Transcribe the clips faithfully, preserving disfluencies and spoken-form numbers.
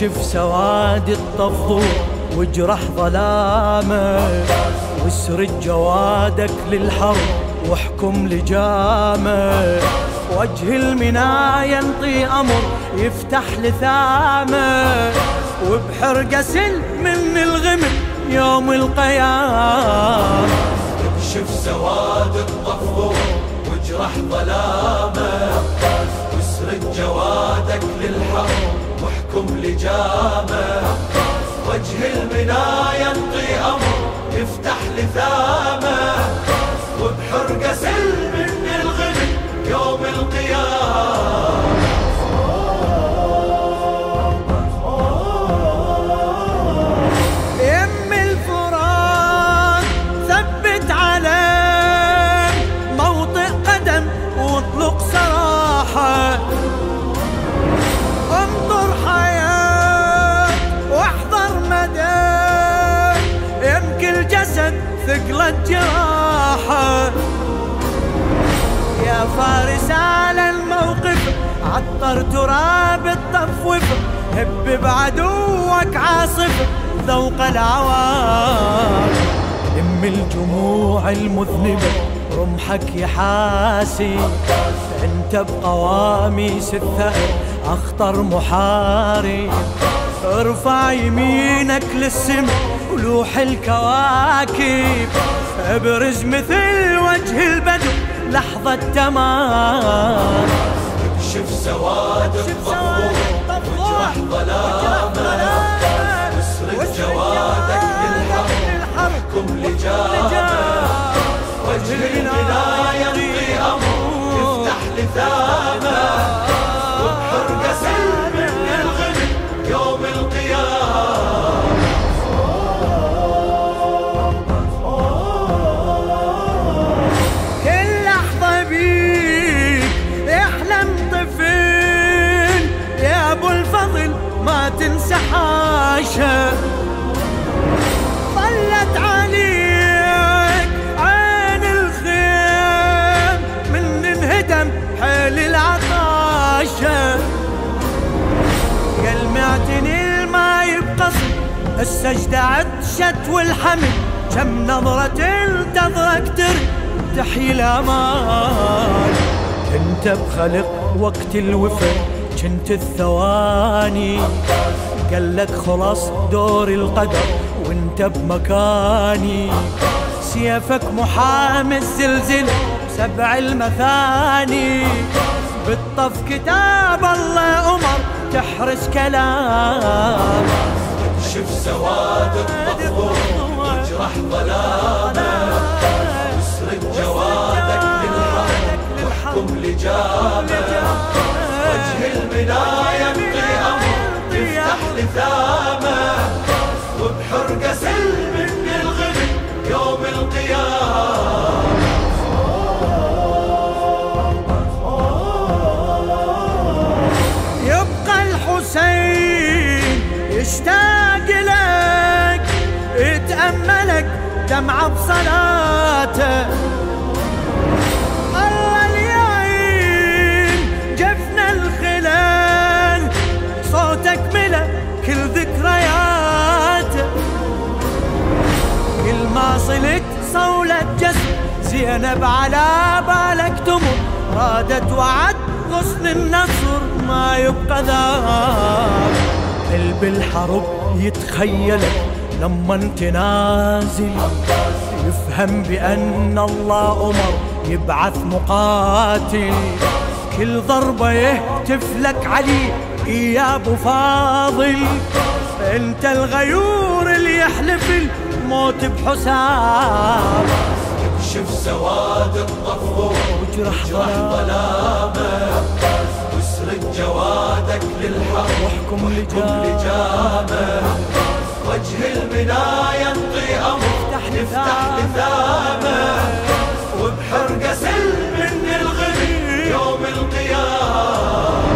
اكشف سواد الطفور واجرح ظلامه، واسرد جوادك للحرب واحكم لجامه، وجه المنايا ينطي أمر يفتح لثامه، وبحرقة سل من الغمر يوم القيامة. اكشف سواد الطفور واجرح ظلامه، واسرد جوادك للحرب واحكم لجامه، وجه المنايا ينطي أمر يفتح لثامه، وبحرقة سل من الغمر يوم القيامة. يم الفرات ثبت على موطئ قدم واطلق سراحة، انطر حياة واحذر مدى، يمكن الجسد ثقلت جراحة. يا فارس على الموقف عطر تراب الطفوف، هب بعدوك عاصف ذوق العوار. لم الجموع المذنبة رمحك يحاسي، انت بقواميس الثأر اخطر محارب، ارفع يمينك للسما ولوح الكواكب، ابرز مثل وجه البدو لحظة تمام. اكشف سواد الطفور واجرح ظلامه، واسرد جوادك للحرب واحكم لجامه، وجه المنايا ينطي أمر يفتح لثامه، وبحرقة سل من الغمر يوم القيامة. كل لحظة بيك يحلم طفل يا ابو الفضل ما تنسى حاشا، ظلت عليك عين الخيم من انهدم حيل العطاشة، قل معتني الما يبقصد السجدة عطشت والحمل، كم نظرة انتظرك ترد تحيي الأمان. انت بخلق وقت الوفا كنت الثواني، قالك خلاص دور القدر وانت بمكاني، سيفك محامي الزلزل سبع المثاني، بالطف كتاب الله أمر تحرس كلام. اكشف سواد الطفور واجرح ظلامه، واسرد جوادك للحرب واحكم لجامه، وجه المنايا ينطي أمر يفتح لثامه، وبحرقة سل من الغمر يوم القيامة. يبقى الحسين يشتاق لك، يتأملك دمعة بصلاته، الله اليعين جفنا الخلال صوتك ملا كل ذكرياته، كل ما صلت صولة جسد زينب على بالك تمر، رادت وعد غصن النصر ما يبقى ذاك، قلب الحرب يتخيلك لما انت نازل، يفهم بأن الله أمر يبعث مقاتل، كل ضربة يهتف لك علي يا ابو فاضل، انت الغيور اللي يحلف الموت بحساب. اكشف سواد الطفور واجرح ظلامه، واسرد جوادك للحرب واحكم لجامه، وجه المنايا ينطي أمر يفتح لثامه، وبحرقة سل من الغمر يوم القيامة.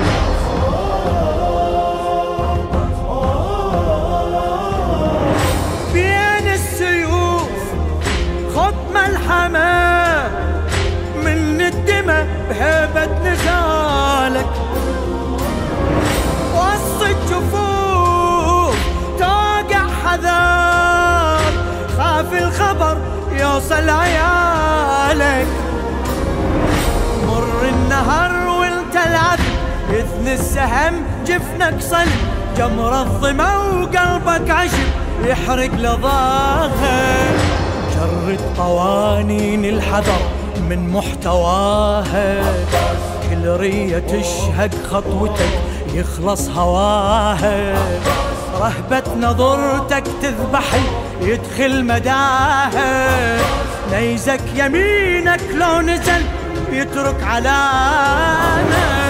بين السيوف خط ملحمة من الدماء بهيبة نزالك، وسط الجفوف توصل عيالك. مر النهر وانت العذب يثني السهم جفنك صلب، جمر الظما وقلبك عشب يحرق لظاها. جرد قوانين الحذر من محتواها، كل رية تشهق خطوتك يخلص هواها. رهبة نظرتك تذبحي يدخل مداها، نيزك يمينك لو نزل يترك علامة.